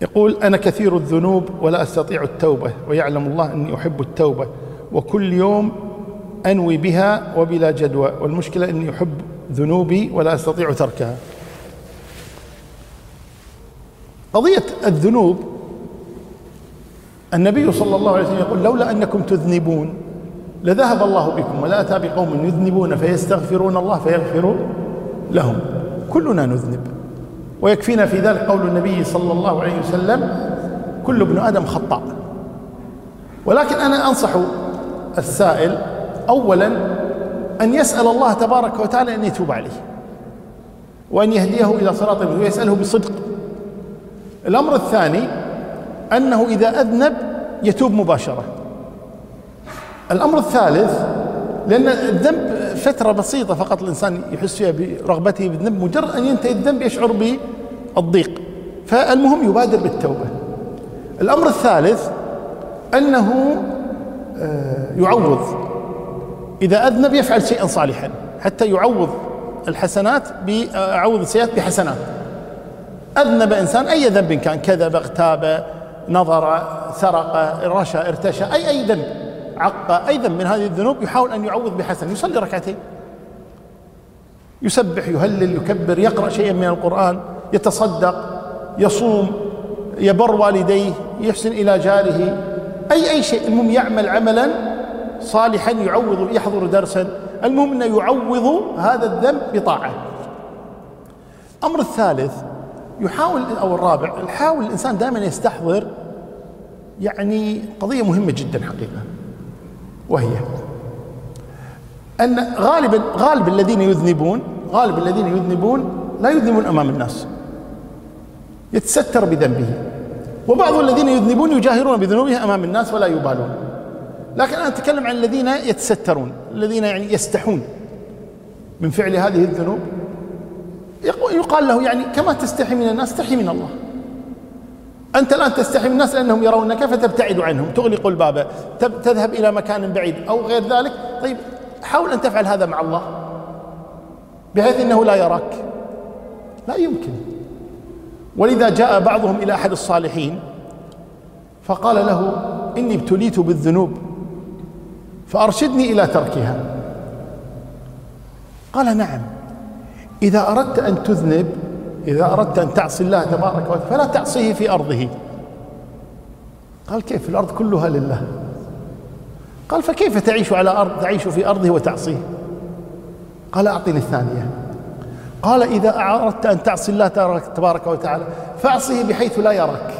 يقول: أنا كثير الذنوب ولا أستطيع التوبة، ويعلم الله أني أحب التوبة، وكل يوم أنوي بها وبلا جدوى، والمشكلة أني أحب ذنوبي ولا أستطيع تركها. قضية الذنوب، النبي صلى الله عليه وسلم يقول: لولا أنكم تذنبون لذهب الله بكم، ولا أتى بقوم يذنبون فيستغفرون الله فيغفر لهم. كلنا نذنب، ويكفينا في ذلك قول النبي صلى الله عليه وسلم: كل ابن آدم خطاء. ولكن أنا أنصح السائل أولا أن يسأل الله تبارك وتعالى أن يتوب عليه، وأن يهديه إلى صراط المستقيم، ويسأله بصدق. الأمر الثاني أنه إذا أذنب يتوب مباشرة. الأمر الثالث، لأن الذنب فترة بسيطة فقط الإنسان يحس فيها برغبته بالذنب، مجرد أن ينتهي الذنب يشعر بالضيق، فالمهم يبادر بالتوبة. الأمر الثالث أنه يعوض، إذا أذنب يفعل شيئا صالحا حتى يعوض الحسنات يعوض السيئات بحسنات. أذنب إنسان أي ذنب كان، كذب، اغتاب، نظر، سرق، رشى، ارتشى، أي ذنب، عق، أي ذنب من هذه الذنوب، يحاول أن يعوض بحسن. يصلي ركعتين، يسبح، يهلل، يكبر، يقرأ شيئا من القرآن، يتصدق، يصوم، يبر والديه، يحسن إلى جاره، أي شيء. المهم يعمل عملا صالحا يعوض، يحضر درسا، المهم أنه يعوض هذا الذنب بطاعة. الأمر الثالث يحاول، أو الرابع، يحاول الإنسان دائما يستحضر يعني قضية مهمة جدا حقيقة، وهي أن غالب الذين يذنبون لا يذنبون أمام الناس، يتستر بذنبه. وبعض الذين يذنبون يجاهرون بذنوبهم أمام الناس ولا يبالون. لكن أنا أتكلم عن الذين يتسترون، الذين يعني يستحون من فعل هذه الذنوب. يقال له يعني كما تستحي من الناس استحي من الله. أنت الآن تستحي من الناس لأنهم يرونك فتبتعد عنهم، تغلق الباب، تذهب إلى مكان بعيد أو غير ذلك. طيب حاول أن تفعل هذا مع الله بحيث أنه لا يراك، لا يمكن. ولذا جاء بعضهم إلى أحد الصالحين فقال له: إني ابتليت بالذنوب فأرشدني إلى تركها. قال: نعم، إذا أردت أن تذنب، إذا أردت أن تعصي الله تبارك وتعالى فلا تعصيه في أرضه. قال: كيف؟ الأرض كلها لله. قال: فكيف تعيش على أرض، تعيش في أرضه وتعصيه؟ قال: أعطني الثانية. قال: إذا أردت أن تعصي الله تبارك وتعالى فاعصيه بحيث لا يراك.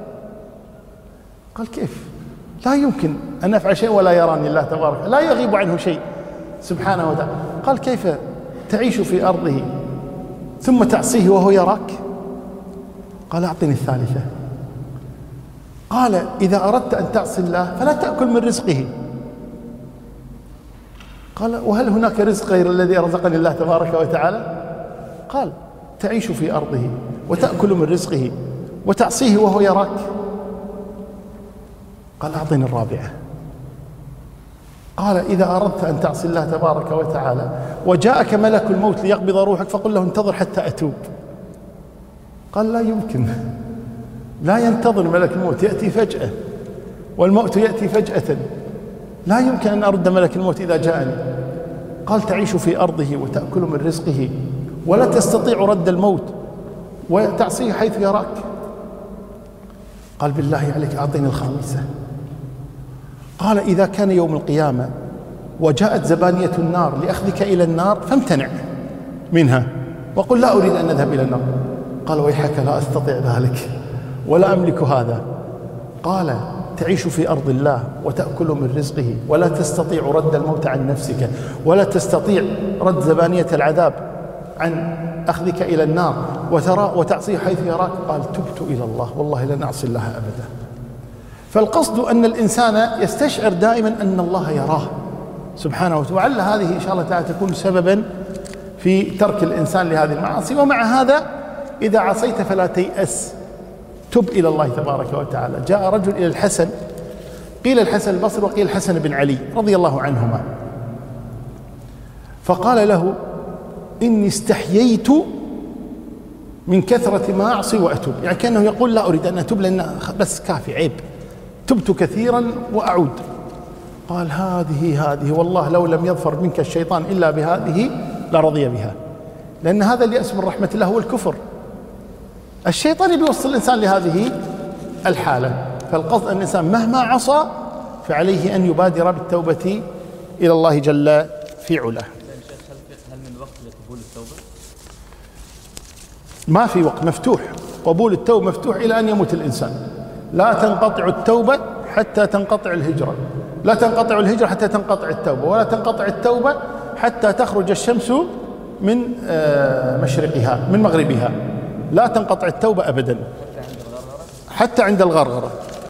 قال: كيف؟ لا يمكن أن أفعل شيء ولا يراني الله تبارك، لا يغيب عنه شيء سبحانه وتعالى. قال: كيف تعيش في أرضه ثم تعصيه وهو يراك؟ قال: أعطني الثالثة. قال: إذا أردت أن تعصي الله فلا تأكل من رزقه. قال: وهل هناك رزق غير الذي رزقني الله تبارك وتعالى؟ قال: تعيش في أرضه وتأكل من رزقه وتعصيه وهو يراك. قال: أعطني الرابعة. قال: إذا أردت أن تعصي الله تبارك وتعالى وجاءك ملك الموت ليقبض روحك فقل له: انتظر حتى أتوب. قال: لا يمكن، لا ينتظر ملك الموت، يأتي فجأة، والموت يأتي فجأة، لا يمكن أن أرد ملك الموت إذا جاءني. قال: تعيش في أرضه وتأكل من رزقه ولا تستطيع رد الموت وتعصيه حيث يراك. قال: بالله عليك أعطيني الخامسة. قال: إذا كان يوم القيامة وجاءت زبانية النار لأخذك إلى النار فامتنع منها وقل: لا أريد أن أذهب إلى النار. قال: ويحك، لا أستطيع ذلك ولا أملك هذا. قال: تعيش في أرض الله وتأكل من رزقه ولا تستطيع رد الموت عن نفسك ولا تستطيع رد زبانية العذاب عن أخذك إلى النار وتعصيه حيث يراك. قال: تبت إلى الله، والله لن أعصي الله أبدا. فالقصد أن الإنسان يستشعر دائما أن الله يراه سبحانه وتعالى، وعلى هذه إن شاء الله تعالى تكون سببا في ترك الإنسان لهذه المعاصي. ومع هذا إذا عصيت فلا تيأس، تب إلى الله تبارك وتعالى. جاء رجل إلى الحسن، قيل الحسن البصري وقيل الحسن بن علي رضي الله عنهما، فقال له: إني استحييت من كثرة ما أعصي وأتوب، يعني كأنه يقول لا أريد أن أتوب لأن بس كافي عيب، تبت كثيرا وأعود. قال هذه والله لو لم يظفر منك الشيطان إلا بهذه لرضي بها، لأن هذا اليأس من رحمة الله هو الكفر. الشيطان بيوصل الإنسان لهذه الحالة، فالقصد أن الإنسان مهما عصى فعليه أن يبادر بالتوبة إلى الله جل في علاه. هل من وقت لقبول التوبة؟ ما في وقت، مفتوح، قبول التوبة مفتوح إلى أن يموت الإنسان. لا تنقطع التوبة حتى تنقطع الهجرة، لا تنقطع الهجرة حتى تنقطع التوبة، ولا تنقطع التوبة حتى تخرج الشمس من مشرقها من مغربها، لا تنقطع التوبة أبدا حتى عند الغرغرة.